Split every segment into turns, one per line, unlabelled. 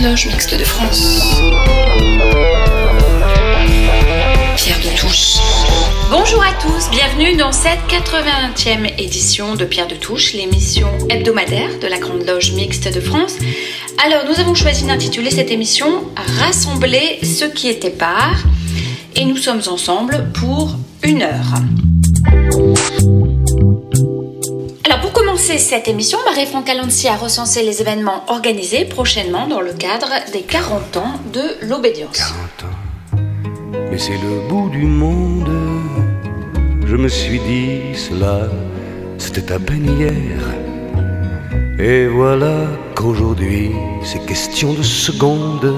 Loge Mixte de France. Pierre de Touche.
Bonjour à tous, bienvenue dans cette 80e édition de Pierre de Touche, l'émission hebdomadaire de la Grande Loge Mixte de France. Alors, nous avons choisi d'intituler cette émission « Rassembler ceux qui étaient parts » et nous sommes ensemble pour 1 heure. Alors, pour commencer cette émission, Marie-Franck Calancy a recensé les événements organisés prochainement dans le cadre des 40 ans de l'obédience.
40 ans, mais c'est le bout du monde. Je me suis dit cela, c'était à peine hier. Et voilà qu'aujourd'hui, c'est question de secondes.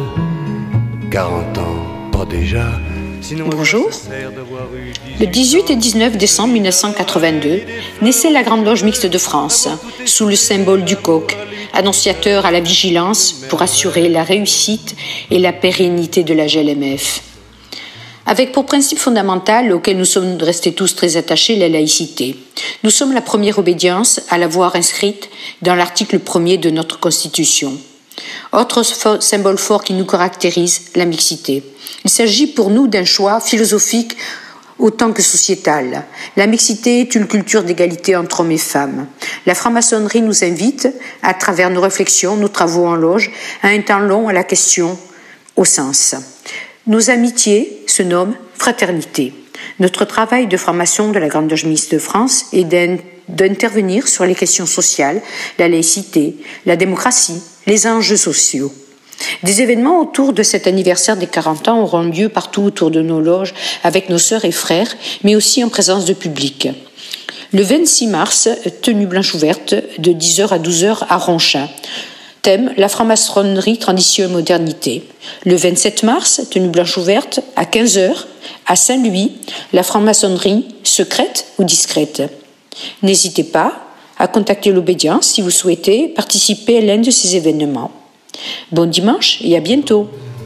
40 ans, pas déjà.
Bonjour. Le 18 et 19 décembre 1982, naissait la Grande Loge Mixte de France, sous le symbole du coq, annonciateur à la vigilance pour assurer la réussite et la pérennité de la GLMF. Avec pour principe fondamental, auquel nous sommes restés tous très attachés, la laïcité. Nous sommes la première obédience à l'avoir inscrite dans l'article 1er de notre Constitution. Autre symbole fort qui nous caractérise, la mixité. Il s'agit pour nous d'un choix philosophique autant que sociétal. La mixité est une culture d'égalité entre hommes et femmes. La franc-maçonnerie nous invite, à travers nos réflexions, nos travaux en loge, à un temps long à la question au sens. Nos amitiés se nomment fraternité. Notre travail de franc-maçon de la Grande Loge Mixte de France est d'intervenir sur les questions sociales, la laïcité, la démocratie, les enjeux sociaux. Des événements autour de cet anniversaire des 40 ans auront lieu partout autour de nos loges avec nos sœurs et frères, mais aussi en présence de public. Le 26 mars, tenue blanche ouverte de 10h à 12h à Ronchin. Thème, la franc-maçonnerie, tradition et modernité. Le 27 mars, tenue blanche ouverte à 15h à Saint-Louis, la franc-maçonnerie, secrète ou discrète. N'hésitez pas à contacter l'obédience si vous souhaitez participer à l'un de ces événements. Bon dimanche et à bientôt.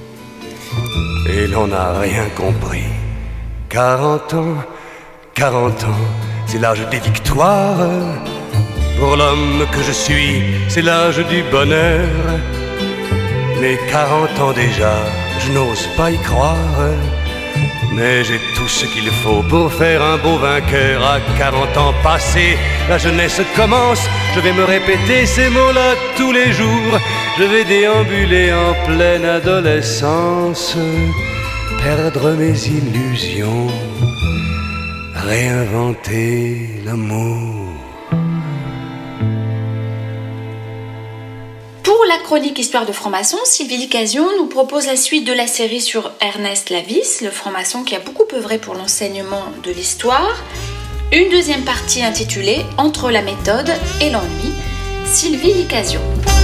Et l'on n'a rien compris. 40 ans, c'est l'âge des victoires. Pour l'homme que je suis, c'est l'âge du bonheur. Mais 40 ans déjà, je n'ose pas y croire. Mais j'ai tout ce qu'il faut pour faire un beau vainqueur. À 40 ans passés, la jeunesse commence. Je vais me répéter ces mots-là tous les jours. Je vais déambuler en pleine adolescence, perdre mes illusions, réinventer l'amour.
Pour la chronique Histoire de franc-maçon, Sylvie Licasion nous propose la suite de la série sur Ernest Lavis, le franc-maçon qui a beaucoup œuvré pour l'enseignement de l'histoire. Une deuxième partie intitulée « Entre la méthode et l'ennui », Sylvie Licasion.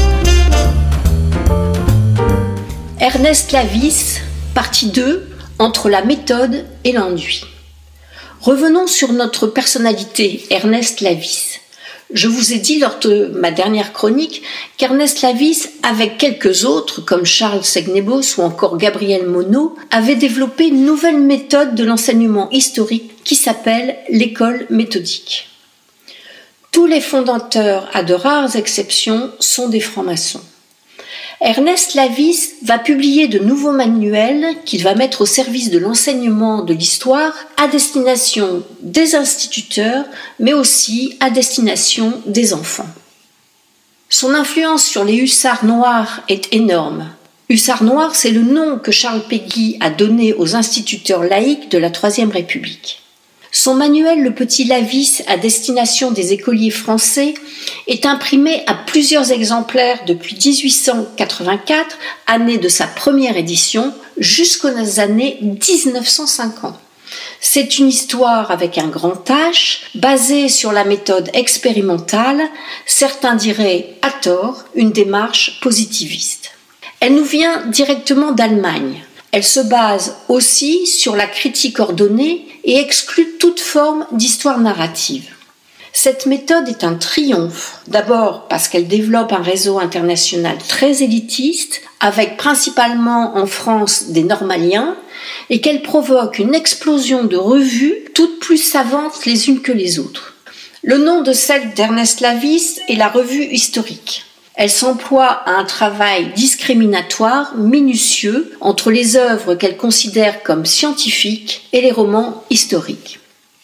Ernest Lavis, partie 2, Entre la méthode et l'ennui. Revenons sur notre personnalité, Ernest Lavis. Je vous ai dit lors de ma dernière chronique qu'Ernest Lavis, avec quelques autres comme Charles Segnebos ou encore Gabriel Monod, avait développé une nouvelle méthode de l'enseignement historique qui s'appelle l'école méthodique. Tous les fondateurs, à de rares exceptions, sont des francs-maçons. Ernest Lavis va publier de nouveaux manuels qu'il va mettre au service de l'enseignement de l'histoire à destination des instituteurs, mais aussi à destination des enfants. Son influence sur les hussards noirs est énorme. Hussards noirs, c'est le nom que Charles Péguy a donné aux instituteurs laïcs de la Troisième République. Son manuel Le Petit Lavis à destination des écoliers français est imprimé à plusieurs exemplaires depuis 1884, année de sa première édition, jusqu'aux années 1950. C'est une histoire avec un grand H, basée sur la méthode expérimentale, certains diraient à tort, une démarche positiviste. Elle nous vient directement d'Allemagne. Elle se base aussi sur la critique ordonnée et exclut toute forme d'histoire narrative. Cette méthode est un triomphe, d'abord parce qu'elle développe un réseau international très élitiste, avec principalement en France des normaliens, et qu'elle provoque une explosion de revues, toutes plus savantes les unes que les autres. Le nom de celle d'Ernest Lavis est la Revue historique. Elle s'emploie à un travail discriminatoire, minutieux, entre les œuvres qu'elle considère comme scientifiques et les romans historiques.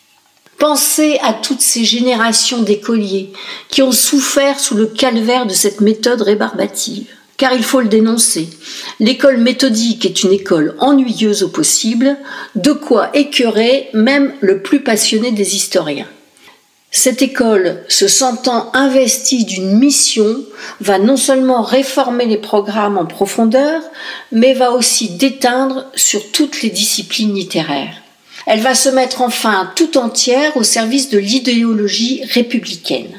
Pensez à toutes ces générations d'écoliers qui ont souffert sous le calvaire de cette méthode rébarbative. Car il faut le dénoncer, l'école méthodique est une école ennuyeuse au possible, de quoi écœurer même le plus passionné des historiens. Cette école, se sentant investie d'une mission, va non seulement réformer les programmes en profondeur, mais va aussi déteindre sur toutes les disciplines littéraires. Elle va se mettre enfin tout entière au service de l'idéologie républicaine.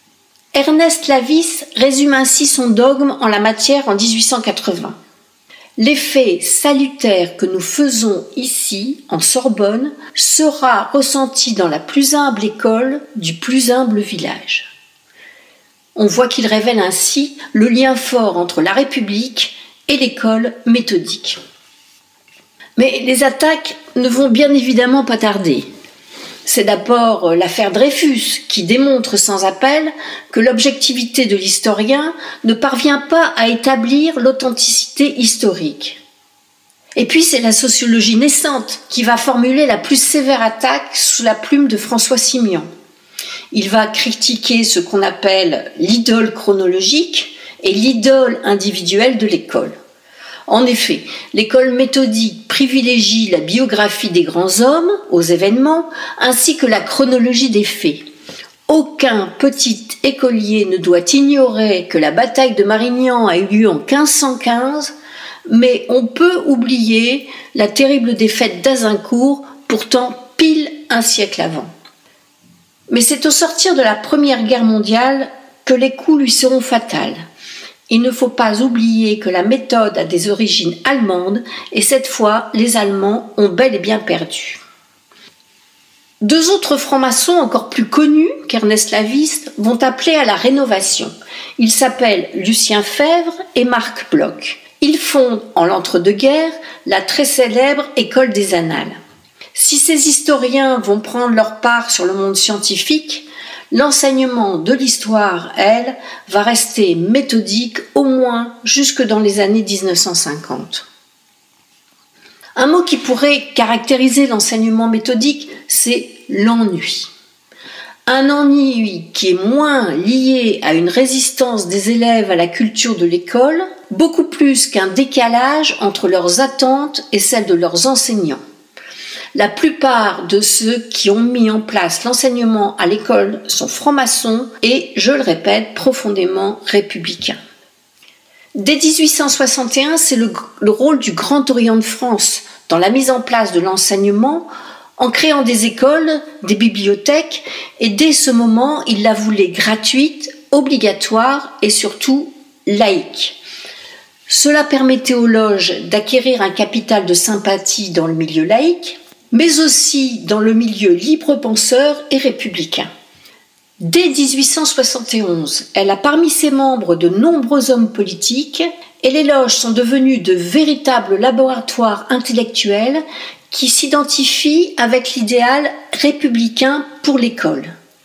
Ernest Lavis résume ainsi son dogme en la matière en 1880. L'effet salutaire que nous faisons ici, en Sorbonne, sera ressenti dans la plus humble école du plus humble village. On voit qu'il révèle ainsi le lien fort entre la République et l'école méthodique. Mais les attaques ne vont bien évidemment pas tarder. C'est d'abord l'affaire Dreyfus qui démontre sans appel que l'objectivité de l'historien ne parvient pas à établir l'authenticité historique. Et puis c'est la sociologie naissante qui va formuler la plus sévère attaque sous la plume de François Simian. Il va critiquer ce qu'on appelle l'idole chronologique et l'idole individuelle de l'école. En effet, l'école méthodique privilégie la biographie des grands hommes aux événements ainsi que la chronologie des faits. Aucun petit écolier ne doit ignorer que la bataille de Marignan a eu lieu en 1515, mais on peut oublier la terrible défaite d'Azincourt, pourtant pile un siècle avant. Mais c'est au sortir de la Première Guerre mondiale que les coups lui seront fatals. Il ne faut pas oublier que la méthode a des origines allemandes et cette fois, les Allemands ont bel et bien perdu. Deux autres francs-maçons encore plus connus qu'Ernest Lavis vont appeler à la rénovation. Ils s'appellent Lucien Febvre et Marc Bloch. Ils fondent en l'entre-deux-guerres la très célèbre École des Annales. Si ces historiens vont prendre leur part sur le monde scientifique, l'enseignement de l'histoire, elle, va rester méthodique au moins jusque dans les années 1950. Un mot qui pourrait caractériser l'enseignement méthodique, c'est l'ennui. Un ennui qui est moins lié à une résistance des élèves à la culture de l'école, beaucoup plus qu'un décalage entre leurs attentes et celles de leurs enseignants. La plupart de ceux qui ont mis en place l'enseignement à l'école sont francs-maçons et, je le répète, profondément républicains. Dès 1861, c'est le rôle du Grand Orient de France dans la mise en place de l'enseignement en créant des écoles, des bibliothèques et dès ce moment, il la voulait gratuite, obligatoire et surtout laïque. Cela permettait aux loges d'acquérir un capital de sympathie dans le milieu laïque, mais aussi dans le milieu libre-penseur et républicain. Dès 1871, elle a parmi ses membres de nombreux hommes politiques et les loges sont devenues de véritables laboratoires intellectuels qui s'identifient avec l'idéal républicain pour l'école.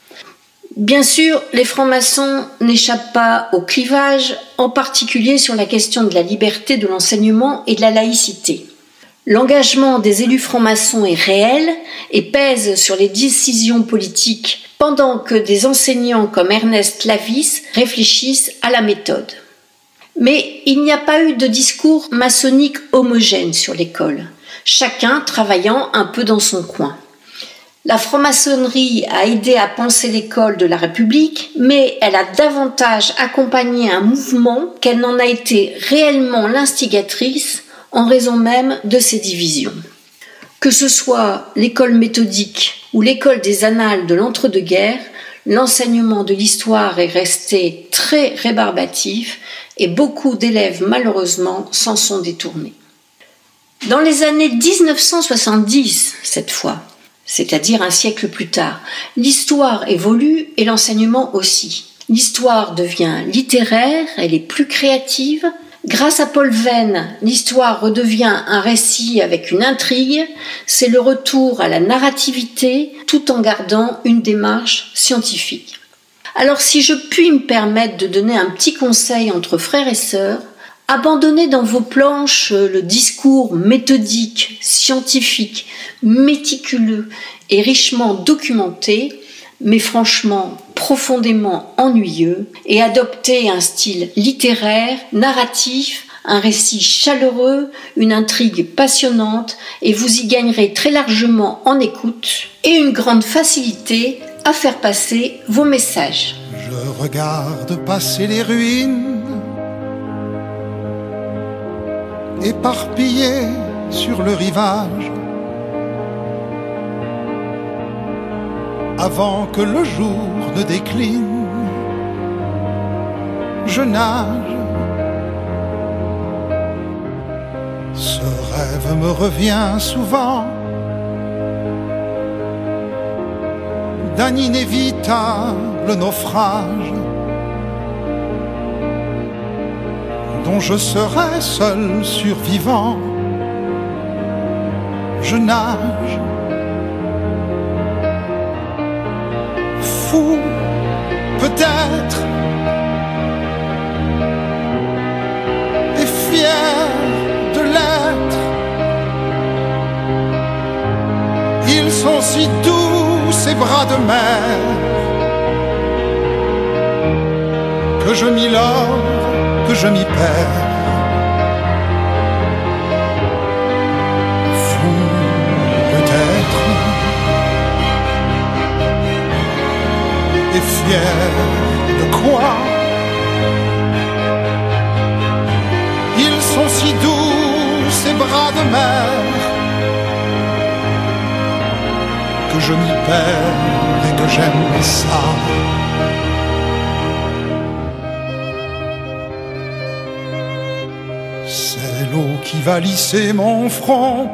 Bien sûr, les francs-maçons n'échappent pas au clivage, en particulier sur la question de la liberté de l'enseignement et de la laïcité. L'engagement des élus francs-maçons est réel et pèse sur les décisions politiques pendant que des enseignants comme Ernest Lavis réfléchissent à la méthode. Mais il n'y a pas eu de discours maçonnique homogène sur l'école, chacun travaillant un peu dans son coin. La franc-maçonnerie a aidé à penser l'école de la République, mais elle a davantage accompagné un mouvement qu'elle n'en a été réellement l'instigatrice en raison même de ses divisions. Que ce soit l'école méthodique ou l'école des annales de l'entre-deux-guerres, l'enseignement de l'histoire est resté très rébarbatif et beaucoup d'élèves malheureusement s'en sont détournés. Dans les années 1970, cette fois, c'est-à-dire un siècle plus tard, l'histoire évolue et l'enseignement aussi. L'histoire devient littéraire, elle est plus créative. Grâce à Paul Venn, l'histoire redevient un récit avec une intrigue, c'est le retour à la narrativité tout en gardant une démarche scientifique. Alors si je puis me permettre de donner un petit conseil entre frères et sœurs, abandonnez dans vos planches le discours méthodique, scientifique, méticuleux et richement documenté, mais franchement profondément ennuyeux, et adoptez un style littéraire, narratif, un récit chaleureux, une intrigue passionnante, et vous y gagnerez très largement en écoute et une grande facilité à faire passer vos messages.
Je regarde passer les ruines, éparpillées sur le rivage, avant que le jour ne décline. Je nage. Ce rêve me revient souvent, d'un inévitable naufrage, dont je serai seul survivant. Je nage, fou peut-être, et fier de l'être. Ils sont si doux, ces bras de mer, que je m'y lore, que je m'y perds. Fou peut-être, et fier de quoi? Ils sont si doux, ces bras de mer, que je m'y perds et que j'aime ça. C'est l'eau qui va lisser mon front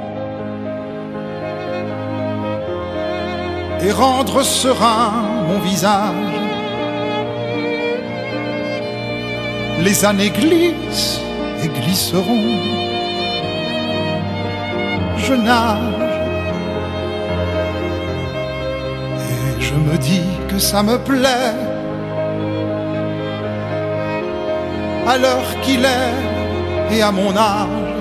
et rendre serein mon visage. Les années glissent et glisseront. Je nage et je me dis que ça me plaît à l'heure qu'il est et à mon âge,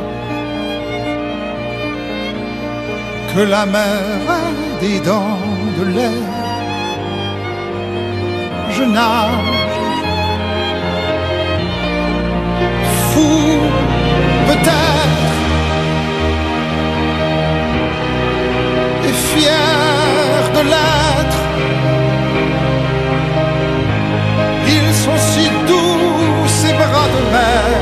que la mer a des dents de lait. Je nage, fou peut-être, et fier de l'être. Ils sont si doux, ces bras de mer,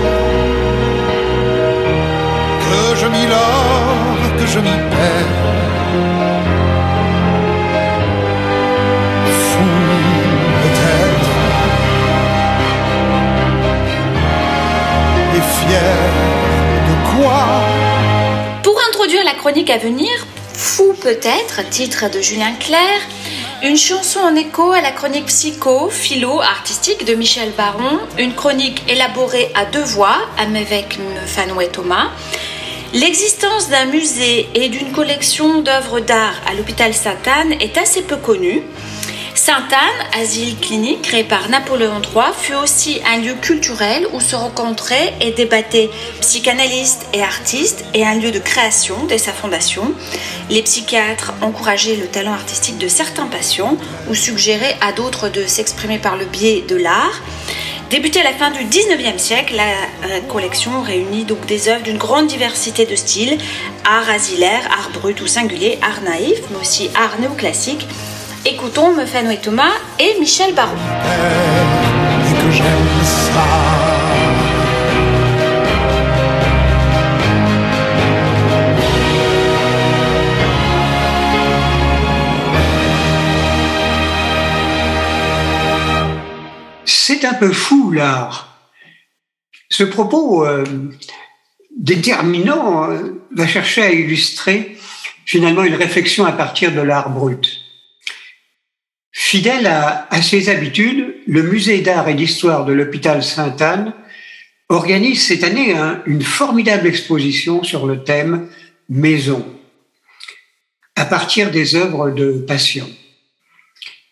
que je m'y lore, que je m'y perds. Fou peut-être, et fier de quoi?
Pour introduire la chronique à venir, Fou peut-être, titre de Julien Clerc, une chanson en écho à la chronique psycho, philo, artistique de Michel Baron, une chronique élaborée à deux voix avec Fanouet Thomas. L'existence d'un musée et d'une collection d'œuvres d'art à l'hôpital Sainte-Anne est assez peu connue. Sainte-Anne, asile clinique créé par Napoléon III, fut aussi un lieu culturel où se rencontraient et débattaient psychanalystes et artistes, et un lieu de création dès sa fondation. Les psychiatres encourageaient le talent artistique de certains patients ou suggéraient à d'autres de s'exprimer par le biais de l'art. Débutée à la fin du 19e siècle, la collection réunit donc des œuvres d'une grande diversité de styles, art asilaire, art brut ou singulier, art naïf, mais aussi art néoclassique. Écoutons Fanouet Thomas et Michel Baron.
Et que j'aime ça.
C'est un peu fou, l'art. Ce propos déterminant va chercher à illustrer finalement une réflexion à partir de l'art brut. Fidèle à ses habitudes, le Musée d'art et d'histoire de l'hôpital Sainte-Anne organise cette année une formidable exposition sur le thème « Maison » à partir des œuvres de patients.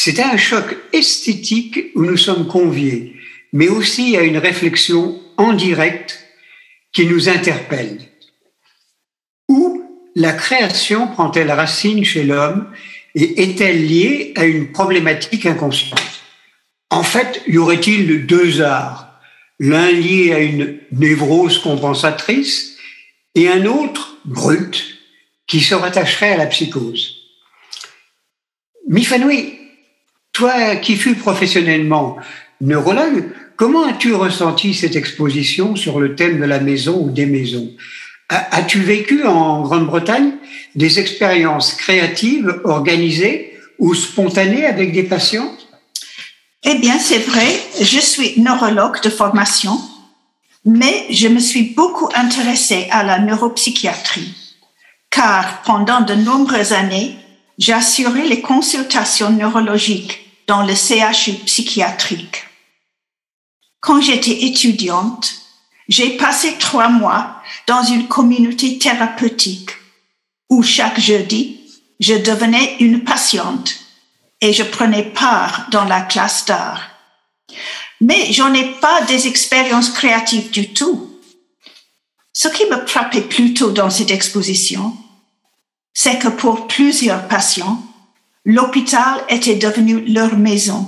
C'est à un choc esthétique où nous sommes conviés, mais aussi à une réflexion en direct qui nous interpelle. Où la création prend-elle racine chez l'homme et est-elle liée à une problématique inconsciente? En fait, y aurait-il deux arts, l'un lié à une névrose compensatrice et un autre, brut, qui se rattacherait à la psychose? Mifanoui, toi qui fus professionnellement neurologue, comment as-tu ressenti cette exposition sur le thème de la maison ou des maisons? As-tu vécu en Grande-Bretagne des expériences créatives, organisées ou spontanées avec des patients?
Eh bien, c'est vrai, je suis neurologue de formation, mais je me suis beaucoup intéressée à la neuropsychiatrie, car pendant de nombreuses années, j'ai assuré les consultations neurologiques dans le CHU psychiatrique. Quand j'étais étudiante, j'ai passé 3 mois dans une communauté thérapeutique où chaque jeudi, je devenais une patiente et je prenais part dans la classe d'art. Mais j'en ai pas des expériences créatives du tout. Ce qui me frappait plutôt dans cette exposition, c'est que pour plusieurs patients, l'hôpital était devenu leur maison.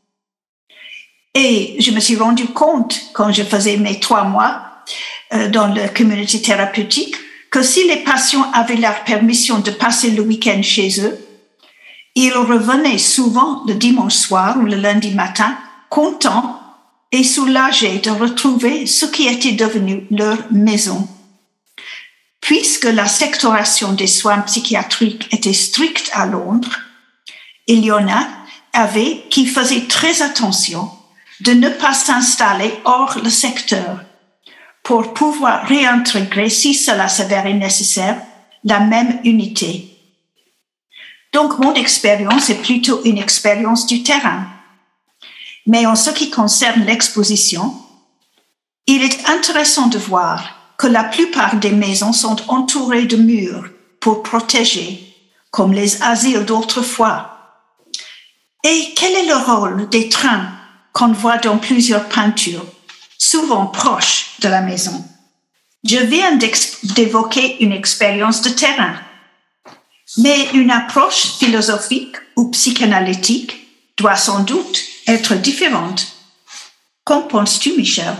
Et je me suis rendu compte, quand je faisais mes 3 mois dans la communauté thérapeutique, que si les patients avaient leur permission de passer le week-end chez eux, ils revenaient souvent le dimanche soir ou le lundi matin, contents et soulagés de retrouver ce qui était devenu leur maison. Puisque la sectoration des soins psychiatriques était stricte à Londres, il y en avait qui faisaient très attention de ne pas s'installer hors le secteur pour pouvoir réintégrer, si cela s'avérait nécessaire, la même unité. Donc, mon expérience est plutôt une expérience du terrain. Mais en ce qui concerne l'exposition, il est intéressant de voir que la plupart des maisons sont entourées de murs pour protéger, comme les asiles d'autrefois. Et quel est le rôle des trains qu'on voit dans plusieurs peintures, souvent proches de la maison? Je viens d'évoquer une expérience de terrain, mais une approche philosophique ou psychanalytique doit sans doute être différente. Qu'en penses-tu, Michel?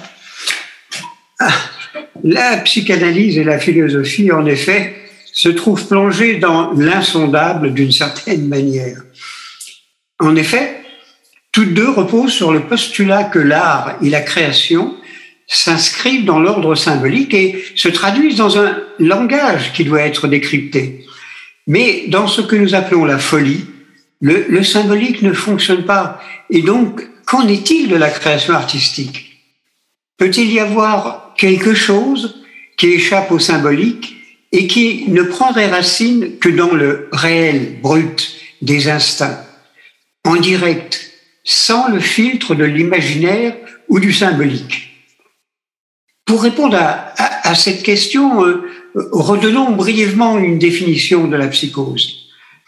La psychanalyse et la philosophie, en effet, se trouvent plongées dans l'insondable d'une certaine manière. En effet, toutes deux reposent sur le postulat que l'art et la création s'inscrivent dans l'ordre symbolique et se traduisent dans un langage qui doit être décrypté. Mais dans ce que nous appelons la folie, le symbolique ne fonctionne pas. Et donc, qu'en est-il de la création artistique? Peut-il y avoir quelque chose qui échappe au symbolique et qui ne prendrait racine que dans le réel, brut, des instincts, en direct, sans le filtre de l'imaginaire ou du symbolique? Pour répondre à cette question, redonnons brièvement une définition de la psychose.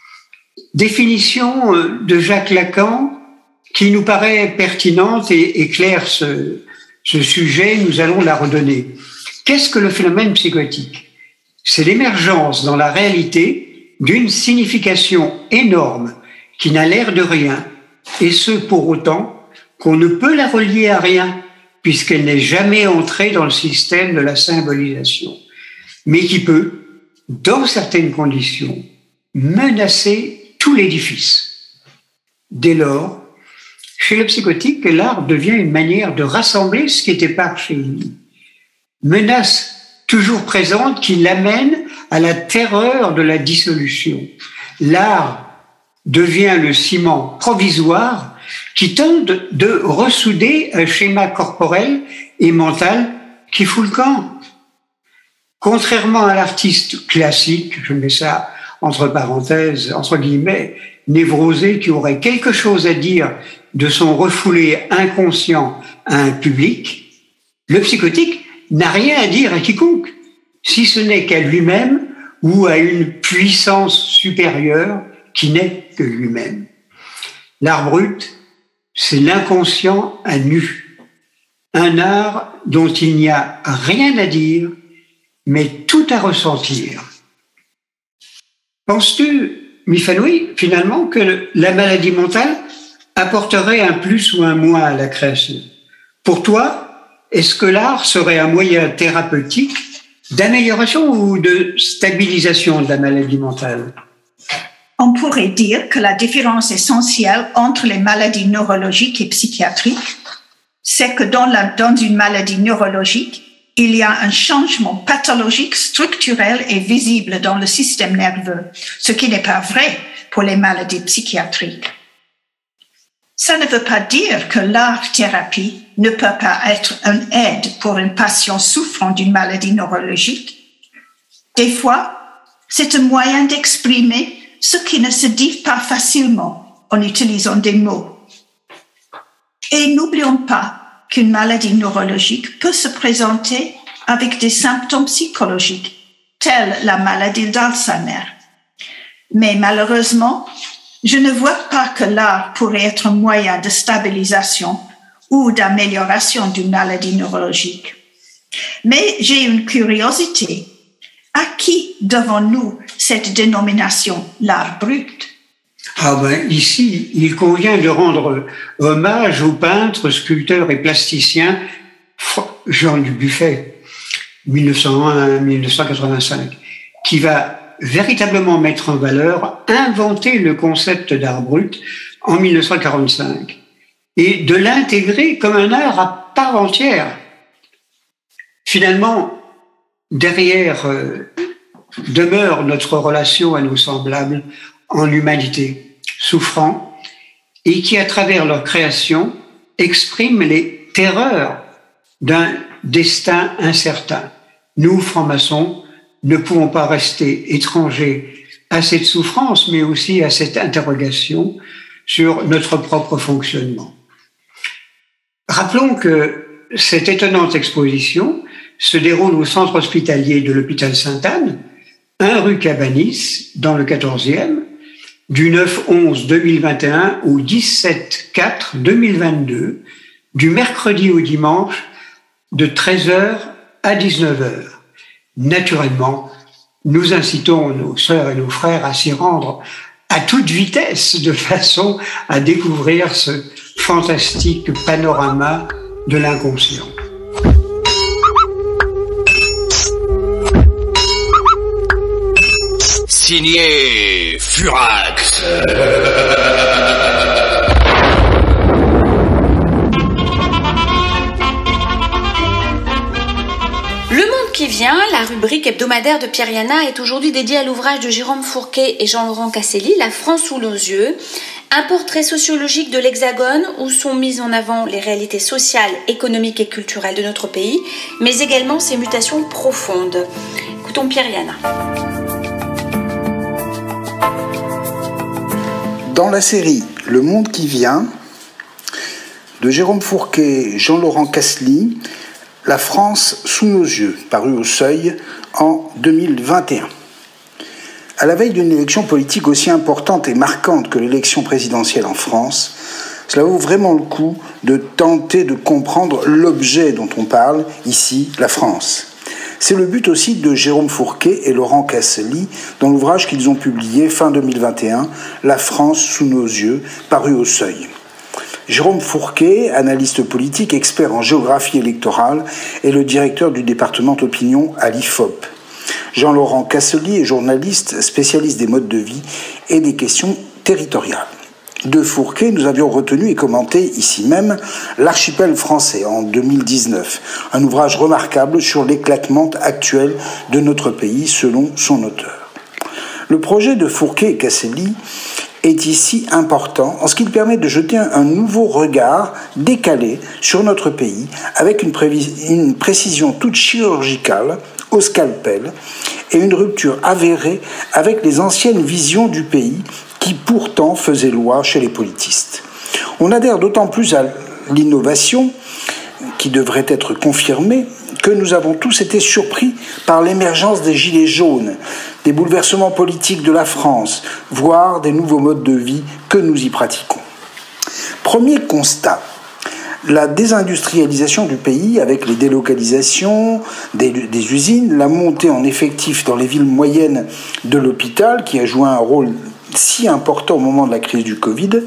Définition de Jacques Lacan qui nous paraît pertinente et éclaire ce sujet, nous allons la redonner. Qu'est-ce que le phénomène psychotique? C'est l'émergence dans la réalité d'une signification énorme qui n'a l'air de rien, et ce pour autant qu'on ne peut la relier à rien, puisqu'elle n'est jamais entrée dans le système de la symbolisation, mais qui peut, dans certaines conditions, menacer tout l'édifice. Dès lors, chez le psychotique, l'art devient une manière de rassembler ce qui est épars chez lui. Menace toujours présente qui l'amène à la terreur de la dissolution. L'art devient le ciment provisoire qui tente de ressouder un schéma corporel et mental qui fout le camp. Contrairement à l'artiste classique, je mets ça entre parenthèses, entre guillemets, névrosé, qui aurait quelque chose à dire de son refoulé inconscient à un public, le psychotique n'a rien à dire à quiconque, si ce n'est qu'à lui-même ou à une puissance supérieure qui n'est que lui-même. L'art brut, c'est l'inconscient à nu. Un art dont il n'y a rien à dire, mais tout à ressentir. Penses-tu, Mifanoui, finalement, que la maladie mentale apporterait un plus ou un moins à la création? Pour toi, est-ce que l'art serait un moyen thérapeutique d'amélioration ou de stabilisation de la maladie mentale?
On pourrait dire que la différence essentielle entre les maladies neurologiques et psychiatriques, c'est que dans une maladie neurologique, il y a un changement pathologique, structurel et visible dans le système nerveux, ce qui n'est pas vrai pour les maladies psychiatriques. Ça ne veut pas dire que l'art-thérapie ne peut pas être une aide pour un patient souffrant d'une maladie neurologique. Des fois, c'est un moyen d'exprimer ce qui ne se dit pas facilement en utilisant des mots. Et n'oublions pas qu'une maladie neurologique peut se présenter avec des symptômes psychologiques, tels la maladie d'Alzheimer. Mais malheureusement, je ne vois pas que l'art pourrait être un moyen de stabilisation ou d'amélioration d'une maladie neurologique. Mais j'ai une curiosité. À qui devons-nous cette dénomination, l'art brut?
Ici, il convient de rendre hommage au peintre, sculpteur et plasticien Jean Dubuffet, 1901-1985, qui va véritablement mettre en valeur, inventer le concept d'art brut en 1945 et de l'intégrer comme un art à part entière. Finalement, derrière demeure notre relation à nos semblables en humanité, souffrant, et qui, à travers leur création, expriment les terreurs d'un destin incertain. Nous, francs-maçons, ne pouvons pas rester étrangers à cette souffrance, mais aussi à cette interrogation sur notre propre fonctionnement. Rappelons que cette étonnante exposition se déroule au centre hospitalier de l'hôpital Sainte-Anne, 1 rue Cabanis, dans le 14e, du 9/11/2021 au 17/4/2022, du mercredi au dimanche, de 13h à 19h. Naturellement, nous incitons nos sœurs et nos frères à s'y rendre à toute vitesse, de façon à découvrir ce fantastique panorama de l'inconscient.
Signé Furax.
Le Monde qui vient, la rubrique hebdomadaire de Pierre Yana, est aujourd'hui dédiée à l'ouvrage de Jérôme Fourquet et Jean-Laurent Casselli, La France sous nos yeux, un portrait sociologique de l'Hexagone où sont mises en avant les réalités sociales, économiques et culturelles de notre pays, mais également ses mutations profondes. Écoutons Pierre Yana.
Dans la série Le Monde qui vient, de Jérôme Fourquet et Jean-Laurent Casselli, La France sous nos yeux, paru au Seuil en 2021. À la veille d'une élection politique aussi importante et marquante que l'élection présidentielle en France, cela vaut vraiment le coup de tenter de comprendre l'objet dont on parle, ici, la France. C'est le but aussi de Jérôme Fourquet et Laurent Casselli dans l'ouvrage qu'ils ont publié fin 2021, La France sous nos yeux, paru au Seuil. Jérôme Fourquet, analyste politique, expert en géographie électorale, est le directeur du département opinion à l'IFOP. Jean-Laurent Casselli est journaliste, spécialiste des modes de vie et des questions territoriales. De Fourquet, nous avions retenu et commenté ici même L'Archipel français en 2019, un ouvrage remarquable sur l'éclatement actuel de notre pays selon son auteur. Le projet de Fourquet et Casselli est ici important en ce qu'il permet de jeter un nouveau regard décalé sur notre pays avec une précision toute chirurgicale au scalpel et une rupture avérée avec les anciennes visions du pays qui pourtant faisaient loi chez les politistes. On adhère d'autant plus à l'innovation qui devrait être confirmée que nous avons tous été surpris par l'émergence des gilets jaunes, des bouleversements politiques de la France, voire des nouveaux modes de vie que nous y pratiquons. Premier constat. La désindustrialisation du pays avec les délocalisations des usines, la montée en effectifs dans les villes moyennes de l'hôpital qui a joué un rôle si important au moment de la crise du Covid.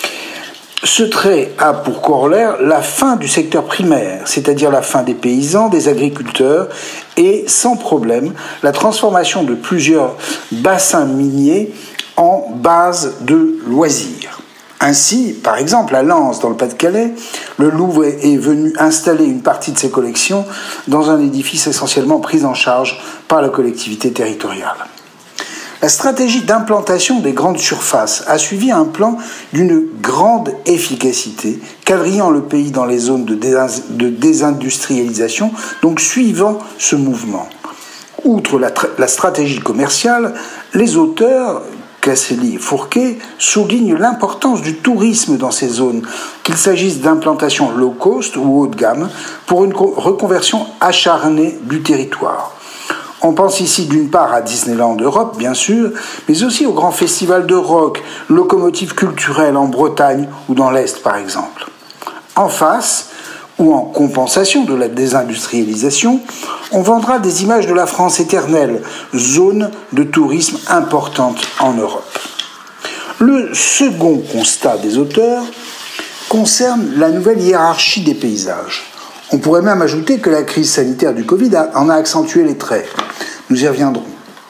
Ce trait a pour corollaire la fin du secteur primaire, c'est-à-dire la fin des paysans, des agriculteurs et, sans problème, la transformation de plusieurs bassins miniers en base de loisirs. Ainsi, par exemple, à Lens, dans le Pas-de-Calais, le Louvre est venu installer une partie de ses collections dans un édifice essentiellement pris en charge par la collectivité territoriale. La stratégie d'implantation des grandes surfaces a suivi un plan d'une grande efficacité, quadrillant le pays dans les zones de désindustrialisation, donc suivant ce mouvement. Outre la stratégie commerciale, les auteurs Casselli et Fourquet soulignent l'importance du tourisme dans ces zones, qu'il s'agisse d'implantations low cost ou haut de gamme, pour une reconversion acharnée du territoire. On pense ici d'une part à Disneyland Europe, bien sûr, mais aussi au grand festival de rock, locomotive culturelle en Bretagne ou dans l'Est, par exemple. En face, ou en compensation de la désindustrialisation, on vendra des images de la France éternelle, zone de tourisme importante en Europe. Le second constat des auteurs concerne la nouvelle hiérarchie des paysages. On pourrait même ajouter que la crise sanitaire du Covid en a accentué les traits. Nous y reviendrons.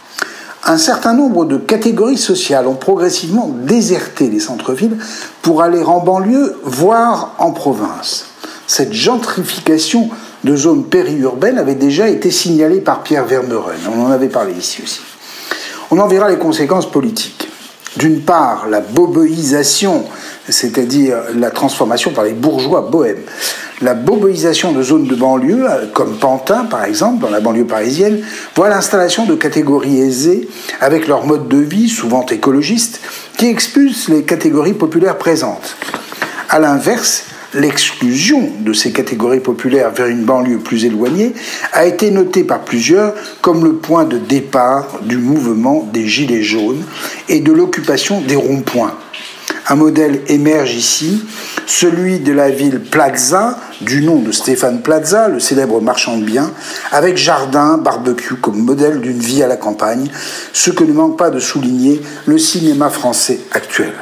Un certain nombre de catégories sociales ont progressivement déserté les centres-villes pour aller en banlieue, voire en province. Cette gentrification de zones périurbaines avait déjà été signalée par Pierre Vermeuren. On en avait parlé ici aussi. On en verra les conséquences politiques. D'une part, la boboisation, c'est-à-dire la transformation par les bourgeois bohèmes. La boboisation de zones de banlieue, comme Pantin par exemple, dans la banlieue parisienne, voit l'installation de catégories aisées avec leur mode de vie, souvent écologiste, qui expulsent les catégories populaires présentes. À l'inverse, l'exclusion de ces catégories populaires vers une banlieue plus éloignée a été notée par plusieurs comme le point de départ du mouvement des Gilets jaunes et de l'occupation des ronds-points. Un modèle émerge ici, celui de la ville Plaza, du nom de Stéphane Plaza, le célèbre marchand de biens, avec jardin, barbecue comme modèle d'une vie à la campagne, ce que ne manque pas de souligner le cinéma français actuel.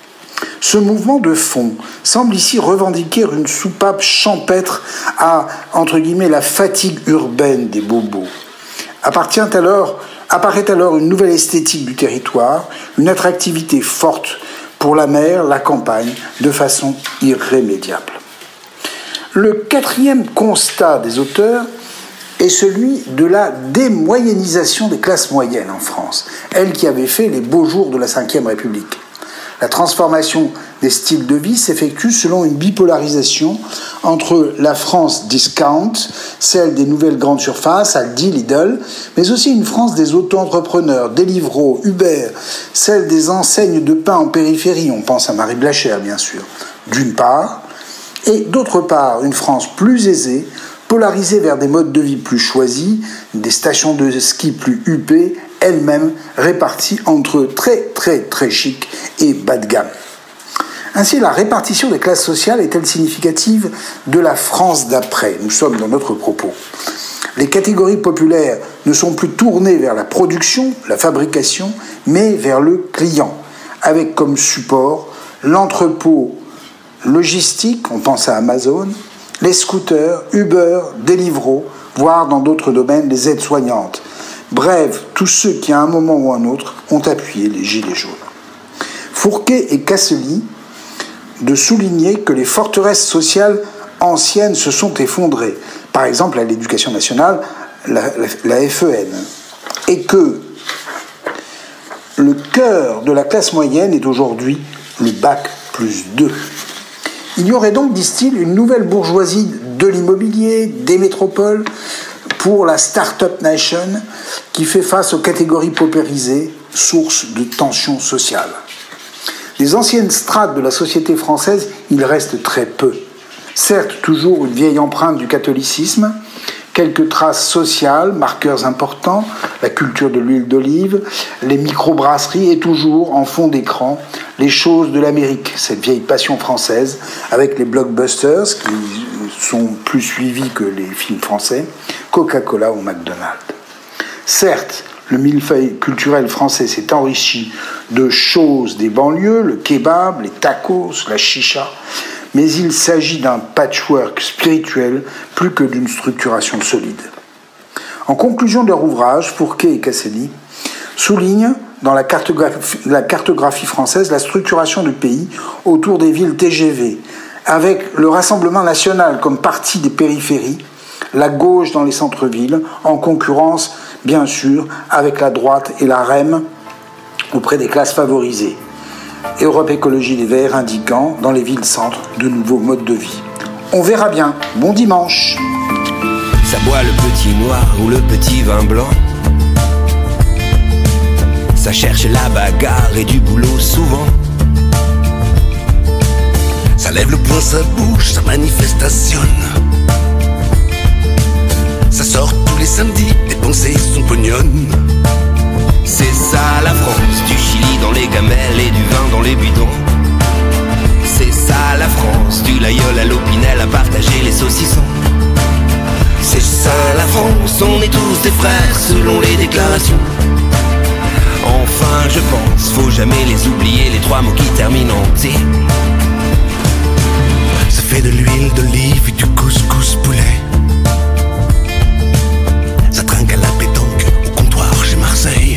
Ce mouvement de fond semble ici revendiquer une soupape champêtre à, entre guillemets, la fatigue urbaine des bobos. Apparaît alors une nouvelle esthétique du territoire, une attractivité forte pour la mer, la campagne, de façon irrémédiable. Le quatrième constat des auteurs est celui de la démoyennisation des classes moyennes en France, elles qui avaient fait les beaux jours de la Ve République. La transformation des styles de vie s'effectue selon une bipolarisation entre la France discount, celle des nouvelles grandes surfaces, Aldi, Lidl, mais aussi une France des auto-entrepreneurs, Deliveroo, Uber, celle des enseignes de pain en périphérie, on pense à Marie Blachère bien sûr, d'une part, et d'autre part une France plus aisée, polarisée vers des modes de vie plus choisis, des stations de ski plus huppées, elles-mêmes réparties entre très chic et bas de gamme. Ainsi, la répartition des classes sociales est-elle significative de la France d'après? Nous sommes dans notre propos. Les catégories populaires ne sont plus tournées vers la production, la fabrication, mais vers le client, avec comme support l'entrepôt logistique, on pense à Amazon, les scooters, Uber, Deliveroo, voire dans d'autres domaines les aides-soignantes. Bref, tous ceux qui à un moment ou un autre ont appuyé les Gilets jaunes. Fourquet et Casselli de souligner que les forteresses sociales anciennes se sont effondrées, par exemple à l'Éducation nationale, la FEN, et que le cœur de la classe moyenne est aujourd'hui le bac+2. Il y aurait donc, disent-ils, une nouvelle bourgeoisie de l'immobilier, des métropoles, pour la Start-up Nation qui fait face aux catégories paupérisées, source de tensions sociales. Les anciennes strates de la société française, il reste très peu. Certes, toujours une vieille empreinte du catholicisme, Quelques traces sociales, marqueurs importants, la culture de l'huile d'olive, les microbrasseries et toujours en fond d'écran, les choses de l'Amérique, cette vieille passion française, avec les blockbusters qui sont plus suivis que les films français, Coca-Cola ou McDonald's. Certes, le millefeuille culturel français s'est enrichi de choses des banlieues, le kebab, les tacos, la chicha, mais il s'agit d'un patchwork spirituel plus que d'une structuration solide. En conclusion de leur ouvrage, Fourquet et Casselli soulignent dans la cartographie française la structuration du pays autour des villes TGV, avec le Rassemblement national comme parti des périphéries, la gauche dans les centres-villes, en concurrence, bien sûr, avec la droite et la REM auprès des classes favorisées. Europe Écologie Les Verts indiquant, dans les villes-centres, de nouveaux modes de vie. On verra bien. Bon dimanche.
Ça boit le petit noir ou le petit vin blanc. Ça cherche la bagarre et du boulot souvent.
Ça lève le poing, ça bouge, ça manifestationne. Ça sort tous les samedis, dépenser son pognon.
C'est ça la France, du Chili dans les gamelles et du vin dans les bidons. C'est ça la France, du Laïol à l'Opinel à partager les saucissons. C'est ça la France, on est tous des frères selon les déclarations. Enfin je pense, faut jamais les oublier, les trois mots qui terminent en T.
Ça fait de l'huile d'olive et du couscous poulet. Ça trinque à la pétanque au comptoir chez Marseille.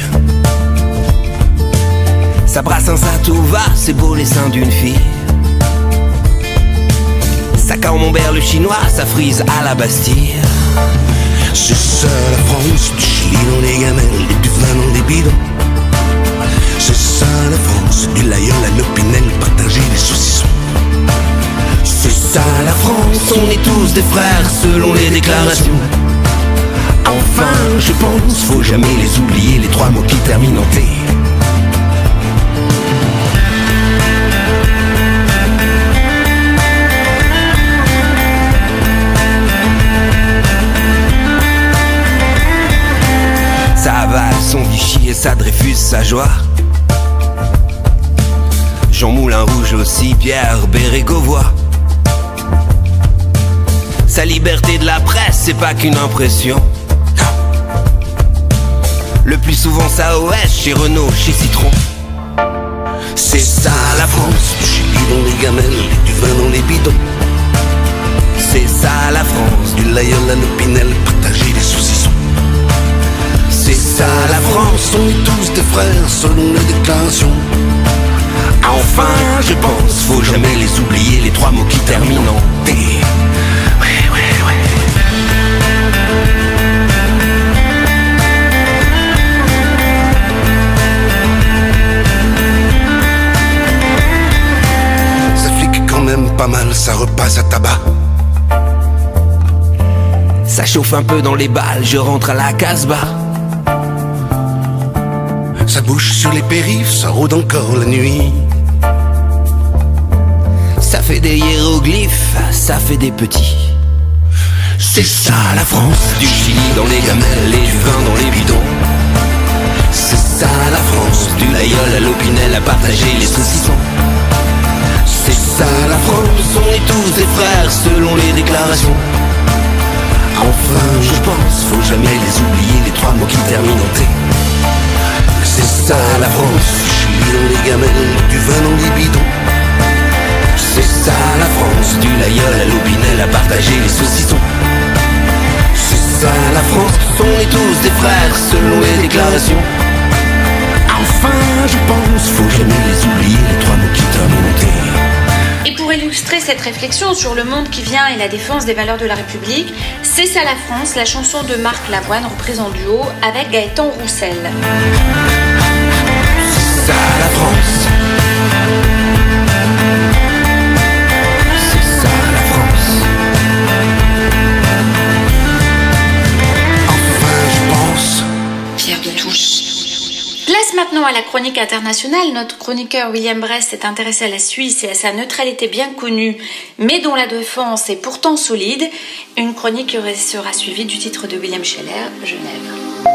Ça brasse un ça tout va, c'est beau les seins d'une fille. Ça camembert le chinois, ça frise à la Bastille.
C'est ça la France, du Chili dans les gamelles et du vin dans les bidons. C'est ça la France, du Laïol à l'Opinel, partager les saucissons.
C'est ça la France, on est tous des frères selon les déclarations. Enfin je pense, faut jamais les oublier, les trois mots qui terminent en T. Ça avale son Vichy et sa Dreyfus, sa joie. Jean Moulin Rouge aussi, Pierre Bérégovoy. Sa liberté de la presse, c'est pas qu'une impression. Le plus souvent ça OS, chez Renault, chez Citron.
C'est ça la France, du Chili dans les gamelles et du vin dans les bidons.
C'est ça la France,
du Laïol à l'Opinel, partager les saucissons.
C'est ça la France,
on est tous des frères selon les déclarations.
Enfin je pense, faut jamais les oublier, les trois mots qui terminent en T. Ouais.
Ça flique quand même pas mal, ça repasse à tabac.
Ça chauffe un peu dans les balles, je rentre à la Casbah.
Ça bouge sur les périphes, ça rôde encore la nuit.
Ça fait des hiéroglyphes, ça fait des petits.
C'est ça la France,
du Chili dans les gamelles et du vin dans les bidons.
C'est ça la France,
du Laïol à l'Opinel à partager les saucissons.
C'est ça la France,
on est tous des frères selon les déclarations. Enfin je pense, faut jamais les oublier, les trois mots qui terminent en T.
C'est ça la France, du Chili dans les gamelles, du vin dans les bidons.
C'est ça la France, du Laïol à l'Opinel à partager les saucissons. C'est ça la France, on est tous des frères selon les déclarations. Enfin je pense, faut jamais les oublier, les trois mots qui terminent en T.
Et pour illustrer cette réflexion sur le monde qui vient et la défense des valeurs de la République, C'est ça la France, la chanson de Marc Lavoine reprise en duo avec Gaëtan Roussel.
C'est ça la France. C'est ça la France.
Enfin je pense.
Pierre de Touche. Place maintenant à la chronique internationale. Notre chroniqueur William Brest s'est intéressé à la Suisse et à sa neutralité bien connue, mais dont la défense est pourtant solide. Une chronique sera suivie du titre de William Scheller, Genève.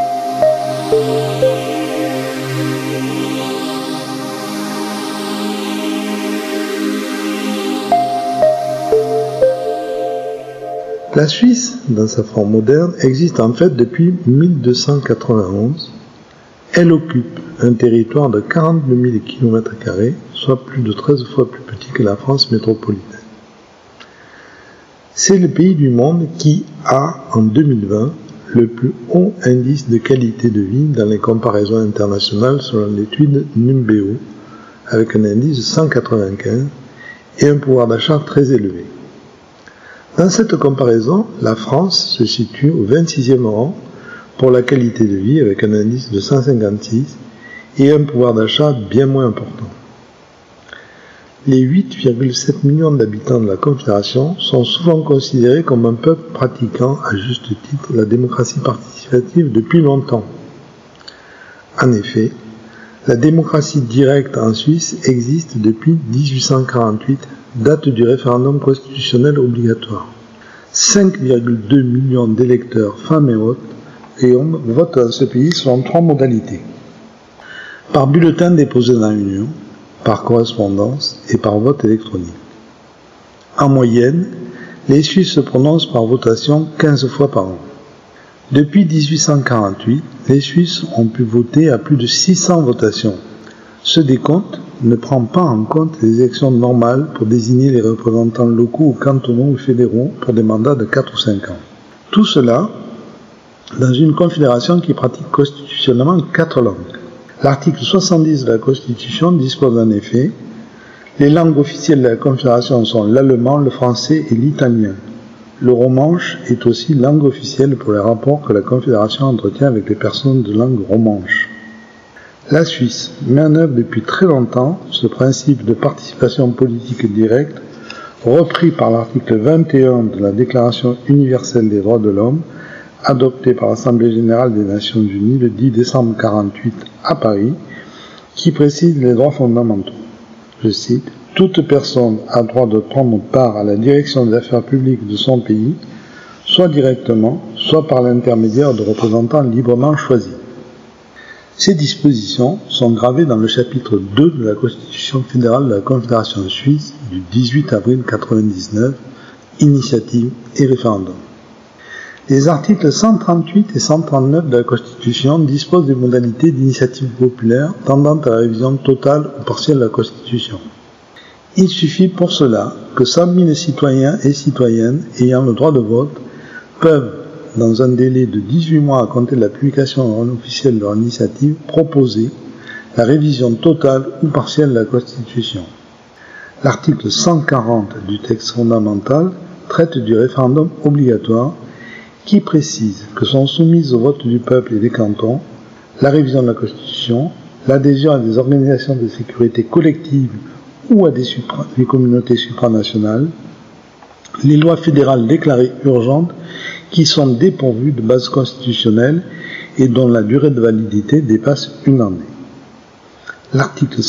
La Suisse, dans sa forme moderne, existe en fait depuis 1291. Elle occupe un territoire de 42 000 km², soit plus de 13 fois plus petit que la France métropolitaine. C'est le pays du monde qui a, en 2020, le plus haut indice de qualité de vie dans les comparaisons internationales selon l'étude Numbeo, avec un indice de 195 et un pouvoir d'achat très élevé. Dans cette comparaison, la France se situe au 26e rang pour la qualité de vie avec un indice de 156 et un pouvoir d'achat bien moins important. Les 8,7 millions d'habitants de la Confédération sont souvent considérés comme un peuple pratiquant à juste titre la démocratie participative depuis longtemps. En effet, la démocratie directe en Suisse existe depuis 1848, date du référendum constitutionnel obligatoire. 5,2 millions d'électeurs femmes et hommes votent dans ce pays selon 3 modalités. Par bulletin déposé dans l'Union, par correspondance et par vote électronique. En moyenne, les Suisses se prononcent par votation 15 fois par an. Depuis 1848, les Suisses ont pu voter à plus de 600 votations. Ce décompte ne prend pas en compte les élections normales pour désigner les représentants locaux ou cantonaux ou fédéraux pour des mandats de 4 ou 5 ans. Tout cela dans une confédération qui pratique constitutionnellement 4 langues. L'article 70 de la Constitution dispose en effet « Les langues officielles de la confédération sont l'allemand, le français et l'italien. Le romanche est aussi langue officielle pour les rapports que la confédération entretient avec les personnes de langue romanche. » La Suisse met en œuvre depuis très longtemps ce principe de participation politique directe, repris par l'article 21 de la Déclaration universelle des droits de l'homme, adoptée par l'Assemblée générale des Nations unies le 10 décembre 1948 à Paris, qui précise les droits fondamentaux. Je cite, « Toute personne a droit de prendre part à la direction des affaires publiques de son pays, soit directement, soit par l'intermédiaire de représentants librement choisis. » Ces dispositions sont gravées dans le chapitre 2 de la Constitution fédérale de la Confédération suisse du 18 avril 1999, Initiative et référendum. Les articles 138 et 139 de la Constitution disposent des modalités d'initiative populaire tendant à la révision totale ou partielle de la Constitution. Il suffit pour cela que 100 000 citoyens et citoyennes ayant le droit de vote peuvent, dans un délai de 18 mois à compter de la publication officielle de leur initiative, proposer la révision totale ou partielle de la Constitution. L'article 140 du texte fondamental traite du référendum obligatoire qui précise que sont soumises au vote du peuple et des cantons la révision de la Constitution, l'adhésion à des organisations de sécurité collective ou à des communautés supranationales, les lois fédérales déclarées urgentes qui sont dépourvues de base constitutionnelle et dont la durée de validité dépasse une année. L'article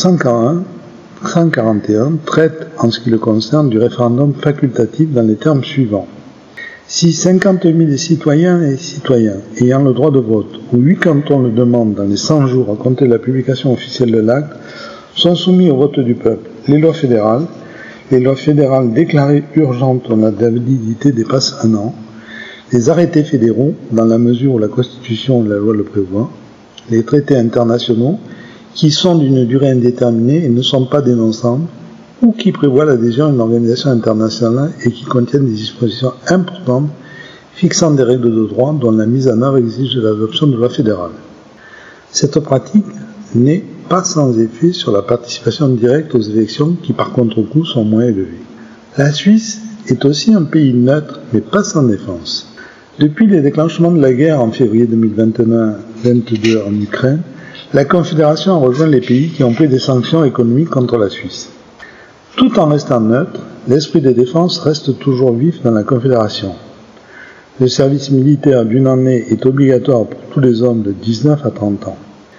141 traite, en ce qui le concerne, du référendum facultatif dans les termes suivants. Si 50 000 citoyens et citoyens ayant le droit de vote ou 8 cantons le demandent dans les 100 jours à compter de la publication officielle de l'acte, sont soumis au vote du peuple les lois fédérales déclarées urgentes dont la validité dépasse un an, les arrêtés fédéraux, dans la mesure où la Constitution ou la loi le prévoit, les traités internationaux, qui sont d'une durée indéterminée et ne sont pas dénonçables, ou qui prévoient l'adhésion à une organisation internationale et qui contiennent des dispositions importantes fixant des règles de droit dont la mise en œuvre exige l'adoption de lois fédérales. Cette pratique n'est pas sans effet sur la participation directe aux élections qui par contre-coup sont moins élevées. La Suisse est aussi un pays neutre mais pas sans défense. Depuis le déclenchement de la guerre en février 2021-22 en Ukraine, la Confédération a rejoint les pays qui ont pris des sanctions économiques contre la Suisse. Tout en restant neutre, l'esprit de défense reste toujours vif dans la Confédération. Le service militaire d'une année est obligatoire pour tous les hommes de 19 à 30 ans.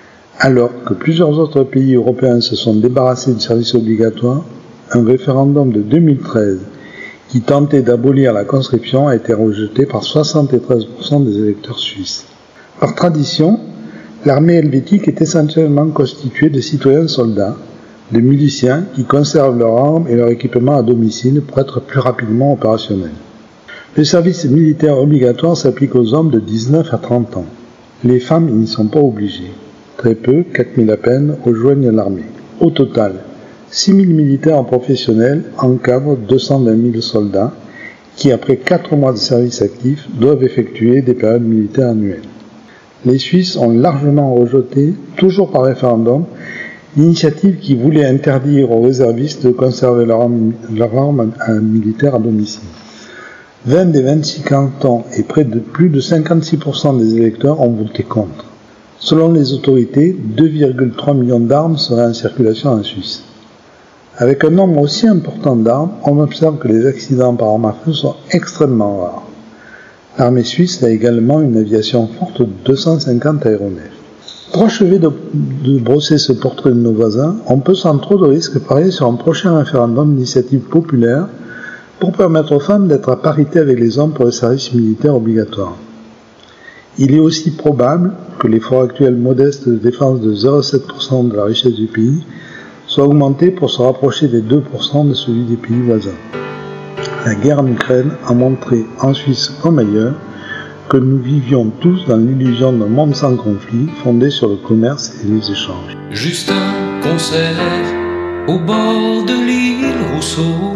Alors que plusieurs autres pays européens se sont débarrassés du service obligatoire, un référendum de 2013 qui tentait d'abolir la conscription a été rejeté par 73% des électeurs suisses. Par tradition, l'armée helvétique est essentiellement constituée de citoyens soldats, de miliciens qui conservent leurs armes et leur équipement à domicile pour être plus rapidement opérationnels. Le service militaire obligatoire s'applique aux hommes de 19 à 30 ans. Les femmes n'y sont pas obligées. Très peu, 4000 à peine, rejoignent l'armée. Au total, 6000 militaires professionnels encadrent 220 000 soldats qui, après 4 mois de service actif, doivent effectuer des périodes militaires annuelles. Les Suisses ont largement rejeté, toujours par référendum, l'initiative qui voulait interdire aux réservistes de conserver leur arme militaire à domicile. 20 des 26 cantons et près de plus de 56% des électeurs ont voté contre. Selon les autorités, 2,3 millions d'armes seraient en circulation en Suisse. Avec un nombre aussi important d'armes, on observe que les accidents par arme à feu sont extrêmement rares. L'armée suisse a également une aviation forte de 250 aéronefs. Pour achever de brosser ce portrait de nos voisins, on peut sans trop de risque parier sur un prochain référendum d'initiative populaire pour permettre aux femmes d'être à parité avec les hommes pour le service militaire obligatoire. Il est aussi probable que l'effort actuel modeste de défense de 0,7% de la richesse du pays soit augmenté pour se rapprocher des 2% de celui des pays voisins. La guerre en Ukraine a montré, en Suisse comme ailleurs, que nous vivions tous dans l'illusion d'un monde sans conflit, fondé sur le commerce et les échanges.
Juste un concert au bord de l'île Rousseau,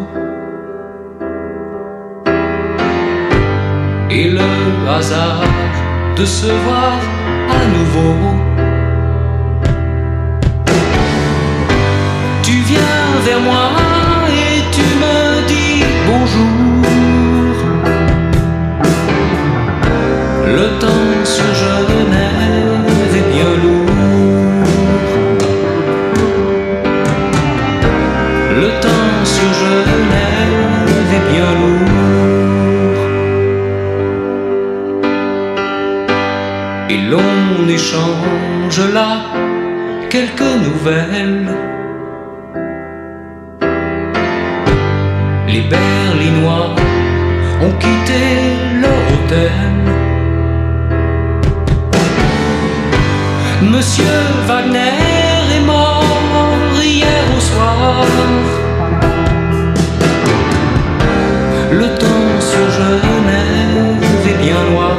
et le hasard de se voir à nouveau. Tu viens vers moi et tu me dis bonjour. Le temps sur Genève est bien lourd. Le temps sur Genève est bien lourd. Et l'on échange là quelques nouvelles. Les Berlinois ont quitté leur hôtel. Monsieur Wagner est mort hier au soir. Le temps sur Genève est bien noir.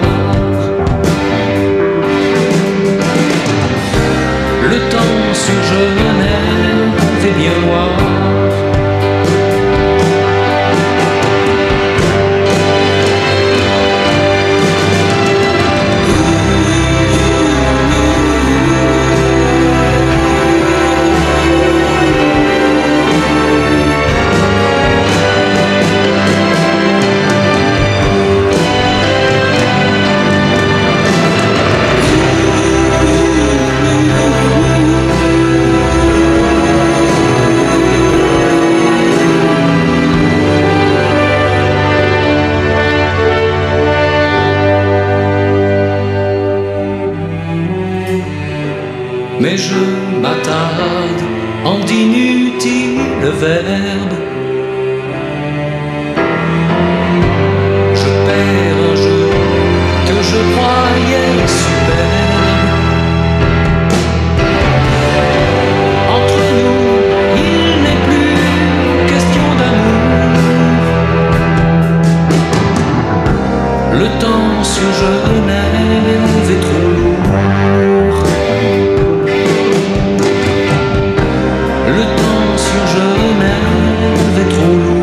Le temps sur Genève est bien noir. Mais je m'attarde en d'inutiles verbes. Je perds un jeu que je croyais superbe. Entre nous, il n'est plus question d'amour. Le temps sur Genève est trop lourd. Le temps sur Genève est trop lourd.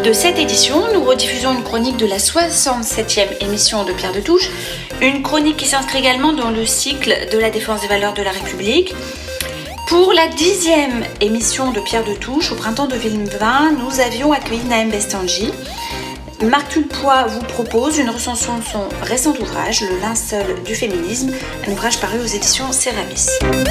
de cette édition, nous rediffusons une chronique de la 67e émission de Pierre de Touche, une chronique qui s'inscrit également dans le cycle de la défense des valeurs de la République. Pour la 10e émission de Pierre de Touche, au printemps 2020, nous avions accueilli Naëm Bestanji. Marc Tulpois vous propose une recension de son récent ouvrage, Le linceul du féminisme, un ouvrage paru aux éditions Céramis.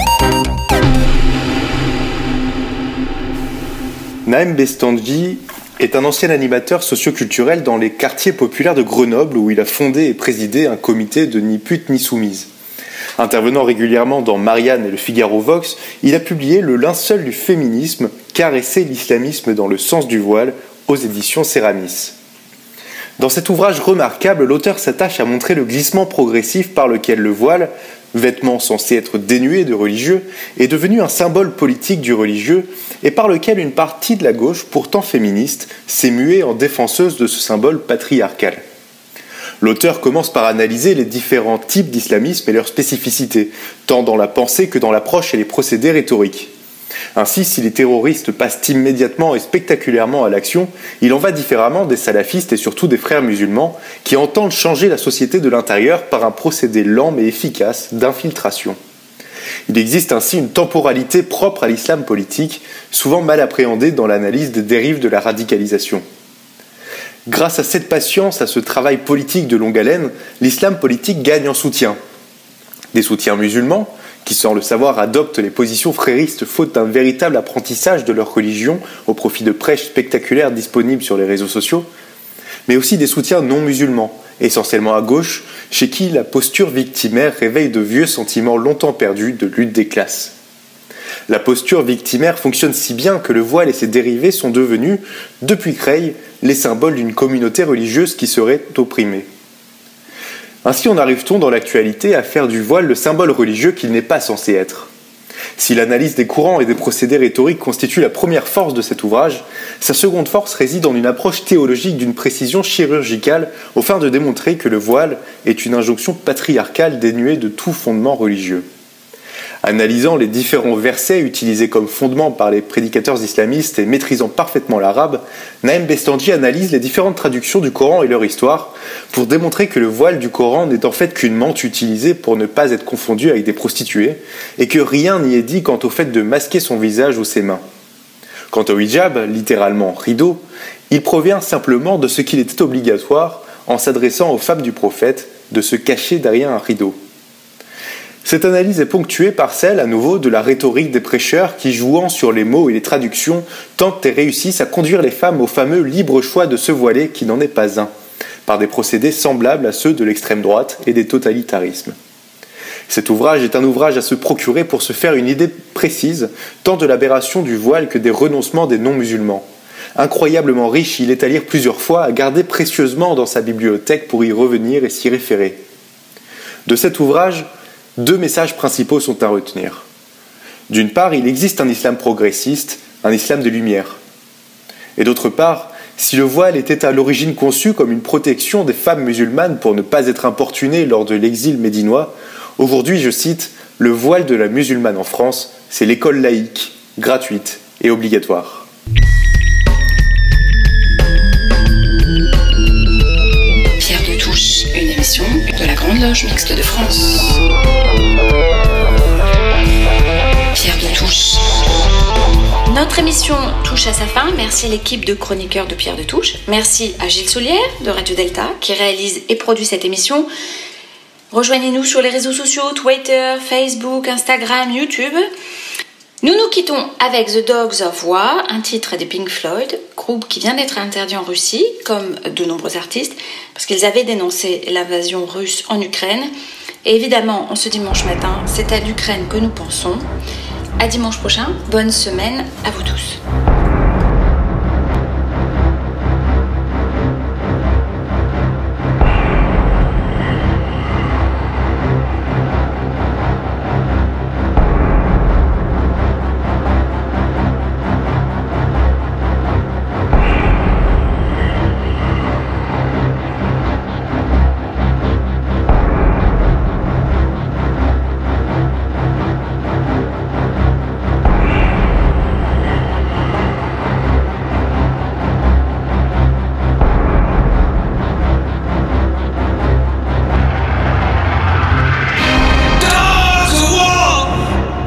Naëm Bestanji est un ancien animateur socioculturel dans les quartiers populaires de Grenoble où il a fondé et présidé un comité de Ni pute ni soumise. Intervenant régulièrement dans Marianne et le Figaro Vox, il a publié Le linceul du féminisme, caresser l'islamisme dans le sens du voile aux éditions Céramis. Dans cet ouvrage remarquable, l'auteur s'attache à montrer le glissement progressif par lequel le voile, vêtement censé être dénué de religieux, est devenu un symbole politique du religieux et par lequel une partie de la gauche, pourtant féministe, s'est muée en défenseuse de ce symbole patriarcal. L'auteur commence par analyser les différents types d'islamisme et leurs spécificités, tant dans la pensée que dans l'approche et les procédés rhétoriques. Ainsi, si les terroristes passent immédiatement et spectaculairement à l'action, il en va différemment des salafistes et surtout des frères musulmans qui entendent changer la société de l'intérieur par un procédé lent mais efficace d'infiltration. Il existe ainsi une temporalité propre à l'islam politique, souvent mal appréhendée dans l'analyse des dérives de la radicalisation. Grâce à cette patience, à ce travail politique de longue haleine, l'islam politique gagne en soutien. Des soutiens musulmans, qui sans le savoir adoptent les positions fréristes faute d'un véritable apprentissage de leur religion au profit de prêches spectaculaires disponibles sur les réseaux sociaux, mais aussi des soutiens non musulmans, essentiellement à gauche, chez qui la posture victimaire réveille de vieux sentiments longtemps perdus de lutte des classes. La posture victimaire fonctionne si bien que le voile et ses dérivés sont devenus, depuis Creil, les symboles d'une communauté religieuse qui serait opprimée. Ainsi en arrive-t-on dans l'actualité à faire du voile le symbole religieux qu'il n'est pas censé être. Si l'analyse des courants et des procédés rhétoriques constitue la première force de cet ouvrage, sa seconde force réside en une approche théologique d'une précision chirurgicale aux fins de démontrer que le voile est une injonction patriarcale dénuée de tout fondement religieux. Analysant les différents versets utilisés comme fondement par les prédicateurs islamistes et maîtrisant parfaitement l'arabe, Naëm Bestanji analyse les différentes traductions du Coran et leur histoire pour démontrer que le voile du Coran n'est en fait qu'une mante utilisée pour ne pas être confondu avec des prostituées et que rien n'y est dit quant au fait de masquer son visage ou ses mains. Quant au hijab, littéralement rideau, il provient simplement de ce qu'il était obligatoire, en s'adressant aux femmes du prophète, de se cacher derrière un rideau. Cette analyse est ponctuée par celle, à nouveau, de la rhétorique des prêcheurs qui, jouant sur les mots et les traductions, tentent et réussissent à conduire les femmes au fameux libre choix de se voiler qui n'en est pas un, par des procédés semblables à ceux de l'extrême droite et des totalitarismes. Cet ouvrage est un ouvrage à se procurer pour se faire une idée précise, tant de l'aberration du voile que des renoncements des non-musulmans. Incroyablement riche, il est à lire plusieurs fois, à garder précieusement dans sa bibliothèque pour y revenir et s'y référer. De cet ouvrage, 2 messages principaux sont à retenir. D'une part, il existe un islam progressiste, un islam de lumière. Et d'autre part, si le voile était à l'origine conçu comme une protection des femmes musulmanes pour ne pas être importunées lors de l'exil médinois, aujourd'hui, je cite, « Le voile de la musulmane en France, c'est l'école laïque, gratuite et obligatoire. »
Pierre de Touche, une émission de la Grande Loge Mixte de France. Pierre de Touche.
Notre émission touche à sa fin. Merci à l'équipe de chroniqueurs de Pierre de Touche. Merci à Gilles Soulière de Radio Delta qui réalise et produit cette émission. Rejoignez-nous sur les réseaux sociaux, Twitter, Facebook, Instagram, YouTube. Nous nous quittons avec The Dogs of War, un titre des Pink Floyd, groupe qui vient d'être interdit en Russie, comme de nombreux artistes, parce qu'ils avaient dénoncé l'invasion russe en Ukraine. Et évidemment, en ce dimanche matin, c'est à l'Ukraine que nous pensons. À dimanche prochain, bonne semaine à vous tous.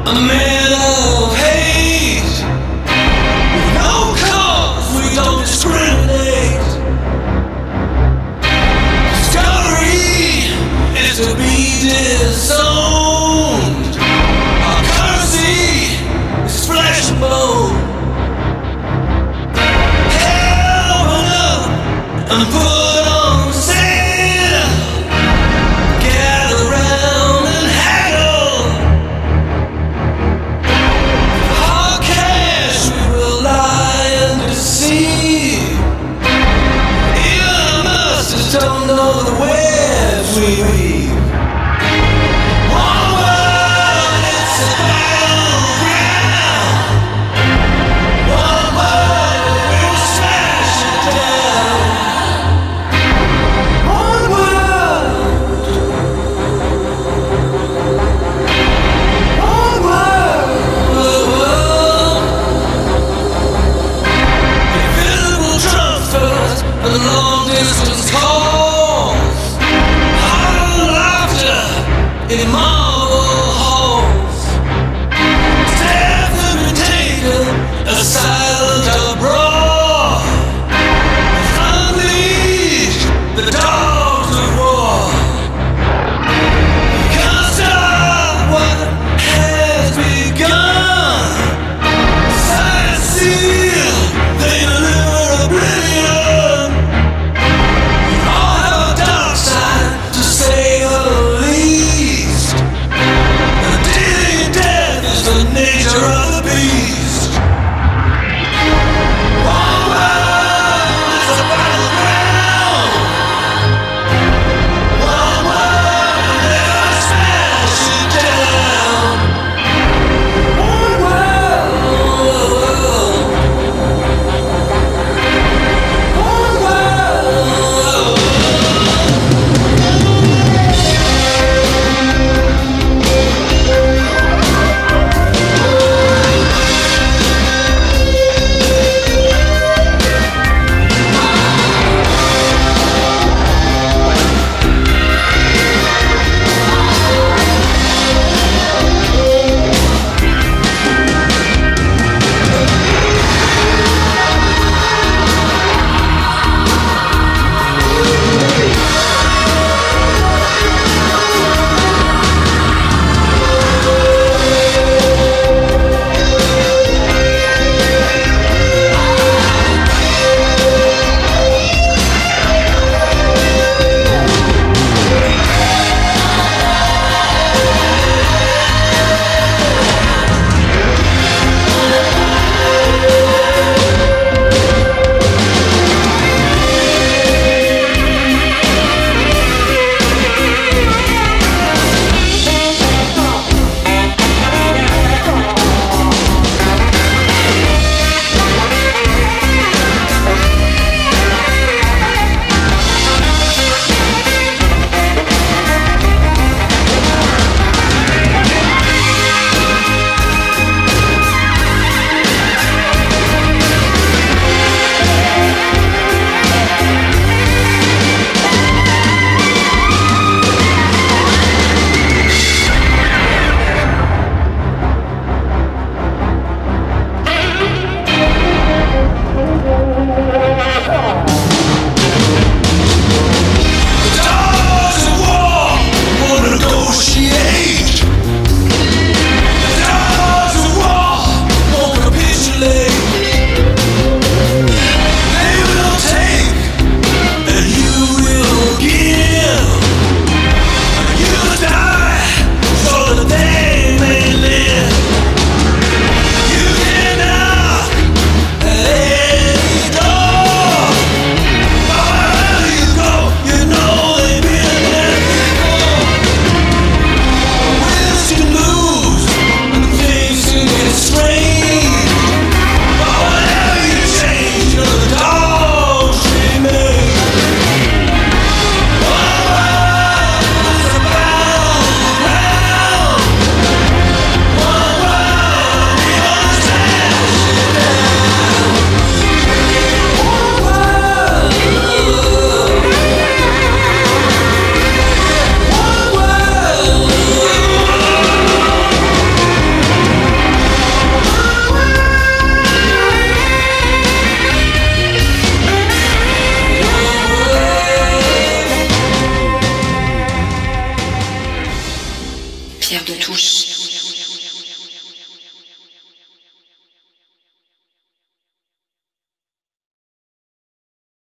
negotiate.